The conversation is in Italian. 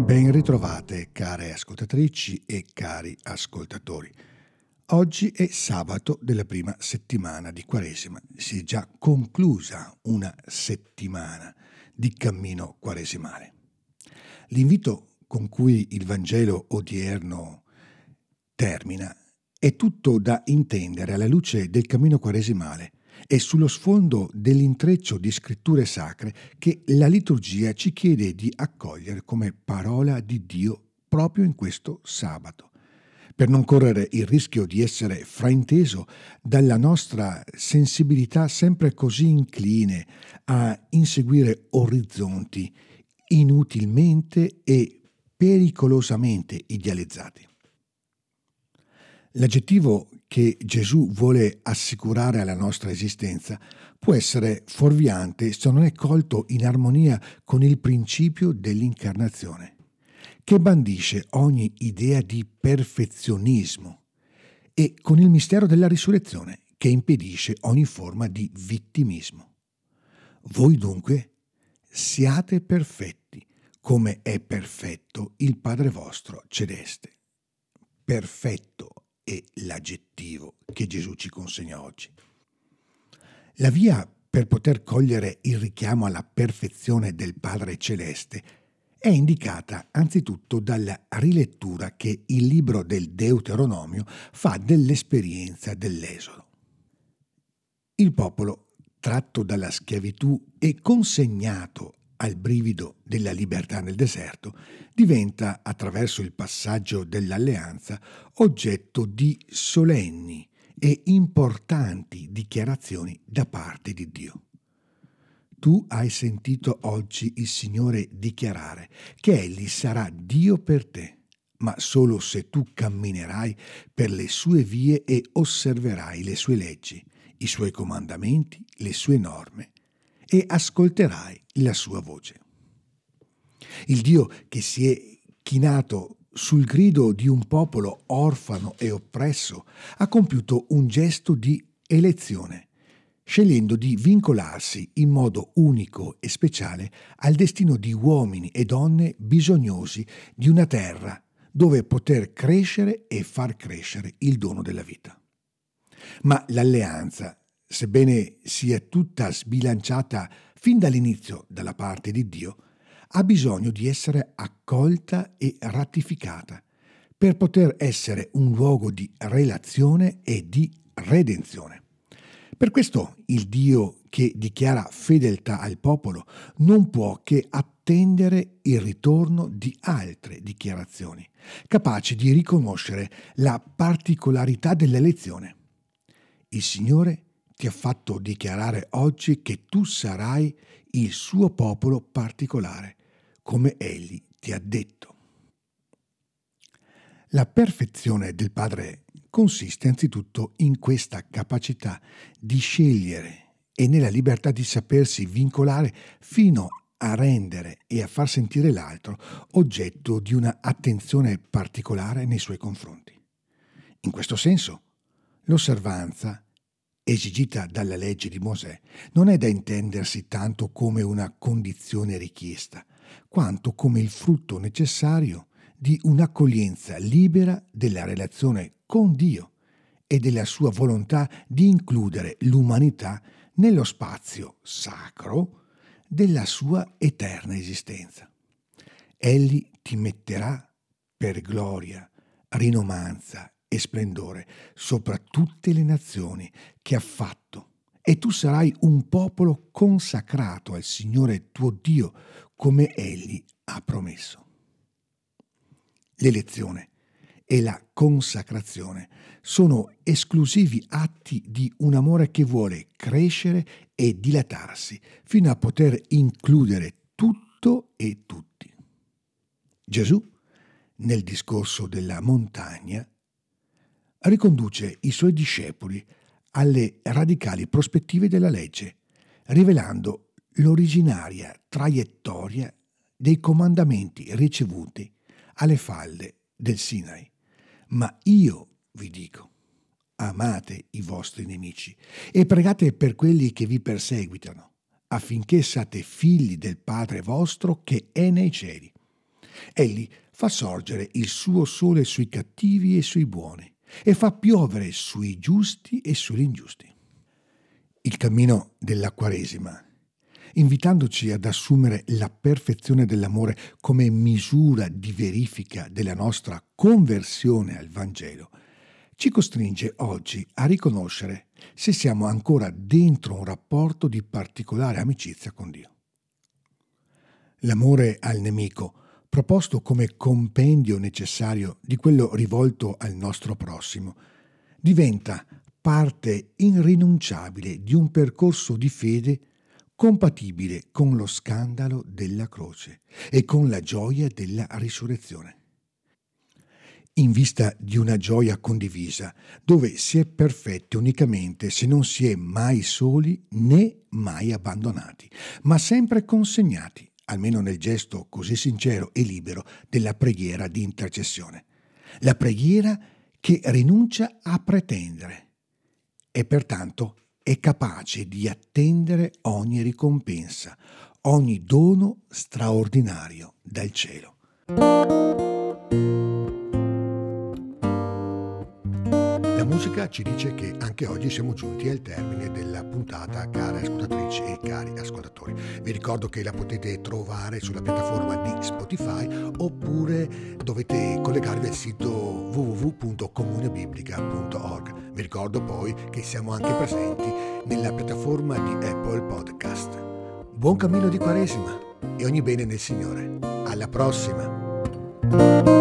Ben ritrovate care ascoltatrici e cari ascoltatori. Oggi è sabato della prima settimana di Quaresima. Si è già conclusa una settimana di cammino quaresimale. L'invito con cui il Vangelo odierno termina è tutto da intendere alla luce del cammino quaresimale e sullo sfondo dell'intreccio di scritture sacre che la liturgia ci chiede di accogliere come parola di Dio proprio in questo sabato, per non correre il rischio di essere frainteso dalla nostra sensibilità sempre così incline a inseguire orizzonti inutilmente e pericolosamente idealizzati. L'aggettivo che Gesù vuole assicurare alla nostra esistenza può essere fuorviante se non è colto in armonia con il principio dell'incarnazione, che bandisce ogni idea di perfezionismo, e con il mistero della risurrezione, che impedisce ogni forma di vittimismo. Voi dunque siate perfetti, come è perfetto il Padre vostro celeste. Perfetto è l'aggettivo che Gesù ci consegna oggi. La via per poter cogliere il richiamo alla perfezione del Padre Celeste è indicata anzitutto dalla rilettura che il libro del Deuteronomio fa dell'esperienza dell'Esodo. Il popolo, tratto dalla schiavitù e consegnato al brivido della libertà nel deserto, diventa, attraverso il passaggio dell'alleanza, oggetto di solenni e importanti dichiarazioni da parte di Dio. Tu hai sentito oggi il Signore dichiarare che Egli sarà Dio per te, ma solo se tu camminerai per le sue vie e osserverai le sue leggi, i suoi comandamenti, le sue norme, e ascolterai la sua voce. Il Dio che si è chinato sul grido di un popolo orfano e oppresso ha compiuto un gesto di elezione, scegliendo di vincolarsi in modo unico e speciale al destino di uomini e donne bisognosi di una terra dove poter crescere e far crescere il dono della vita. Ma l'alleanza, sebbene sia tutta sbilanciata fin dall'inizio dalla parte di Dio, ha bisogno di essere accolta e ratificata per poter essere un luogo di relazione e di redenzione. Per questo il Dio che dichiara fedeltà al popolo non può che attendere il ritorno di altre dichiarazioni, capaci di riconoscere la particolarità dell'elezione. Il Signore ti ha fatto dichiarare oggi che tu sarai il suo popolo particolare, come Egli ti ha detto. La perfezione del Padre consiste anzitutto in questa capacità di scegliere e nella libertà di sapersi vincolare fino a rendere e a far sentire l'altro oggetto di una attenzione particolare nei suoi confronti. In questo senso, l'osservanza esigita dalla legge di Mosè non è da intendersi tanto come una condizione richiesta, quanto come il frutto necessario di un'accoglienza libera della relazione con Dio e della sua volontà di includere l'umanità nello spazio sacro della sua eterna esistenza. Egli ti metterà per gloria, rinomanza e splendore sopra tutte le nazioni che ha fatto, e tu sarai un popolo consacrato al Signore tuo Dio, come Egli ha promesso. L'elezione e la consacrazione sono esclusivi atti di un amore che vuole crescere e dilatarsi fino a poter includere tutto e tutti. Gesù, nel discorso della montagna, riconduce i suoi discepoli alle radicali prospettive della legge, rivelando l'originaria traiettoria dei comandamenti ricevuti alle falde del Sinai. Ma io vi dico, amate i vostri nemici e pregate per quelli che vi perseguitano, affinché siate figli del Padre vostro che è nei cieli. Egli fa sorgere il suo sole sui cattivi e sui buoni e fa piovere sui giusti e sugli ingiusti. Il cammino della Quaresima, invitandoci ad assumere la perfezione dell'amore come misura di verifica della nostra conversione al Vangelo, ci costringe oggi a riconoscere se siamo ancora dentro un rapporto di particolare amicizia con Dio. L'amore al nemico, proposto come compendio necessario di quello rivolto al nostro prossimo, diventa parte irrinunciabile di un percorso di fede compatibile con lo scandalo della croce e con la gioia della risurrezione. In vista di una gioia condivisa, dove si è perfetti unicamente se non si è mai soli né mai abbandonati, ma sempre consegnati, almeno nel gesto così sincero e libero della preghiera di intercessione. La preghiera che rinuncia a pretendere e pertanto è capace di attendere ogni ricompensa, ogni dono straordinario dal cielo. La musica ci dice che anche oggi siamo giunti al termine della puntata, care ascoltatrici e cari ascoltatori. Vi ricordo che la potete trovare sulla piattaforma di Spotify oppure dovete collegarvi al sito www.comuniobiblica.org. Vi ricordo poi che siamo anche presenti nella piattaforma di Apple Podcast. Buon cammino di Quaresima e ogni bene nel Signore. Alla prossima!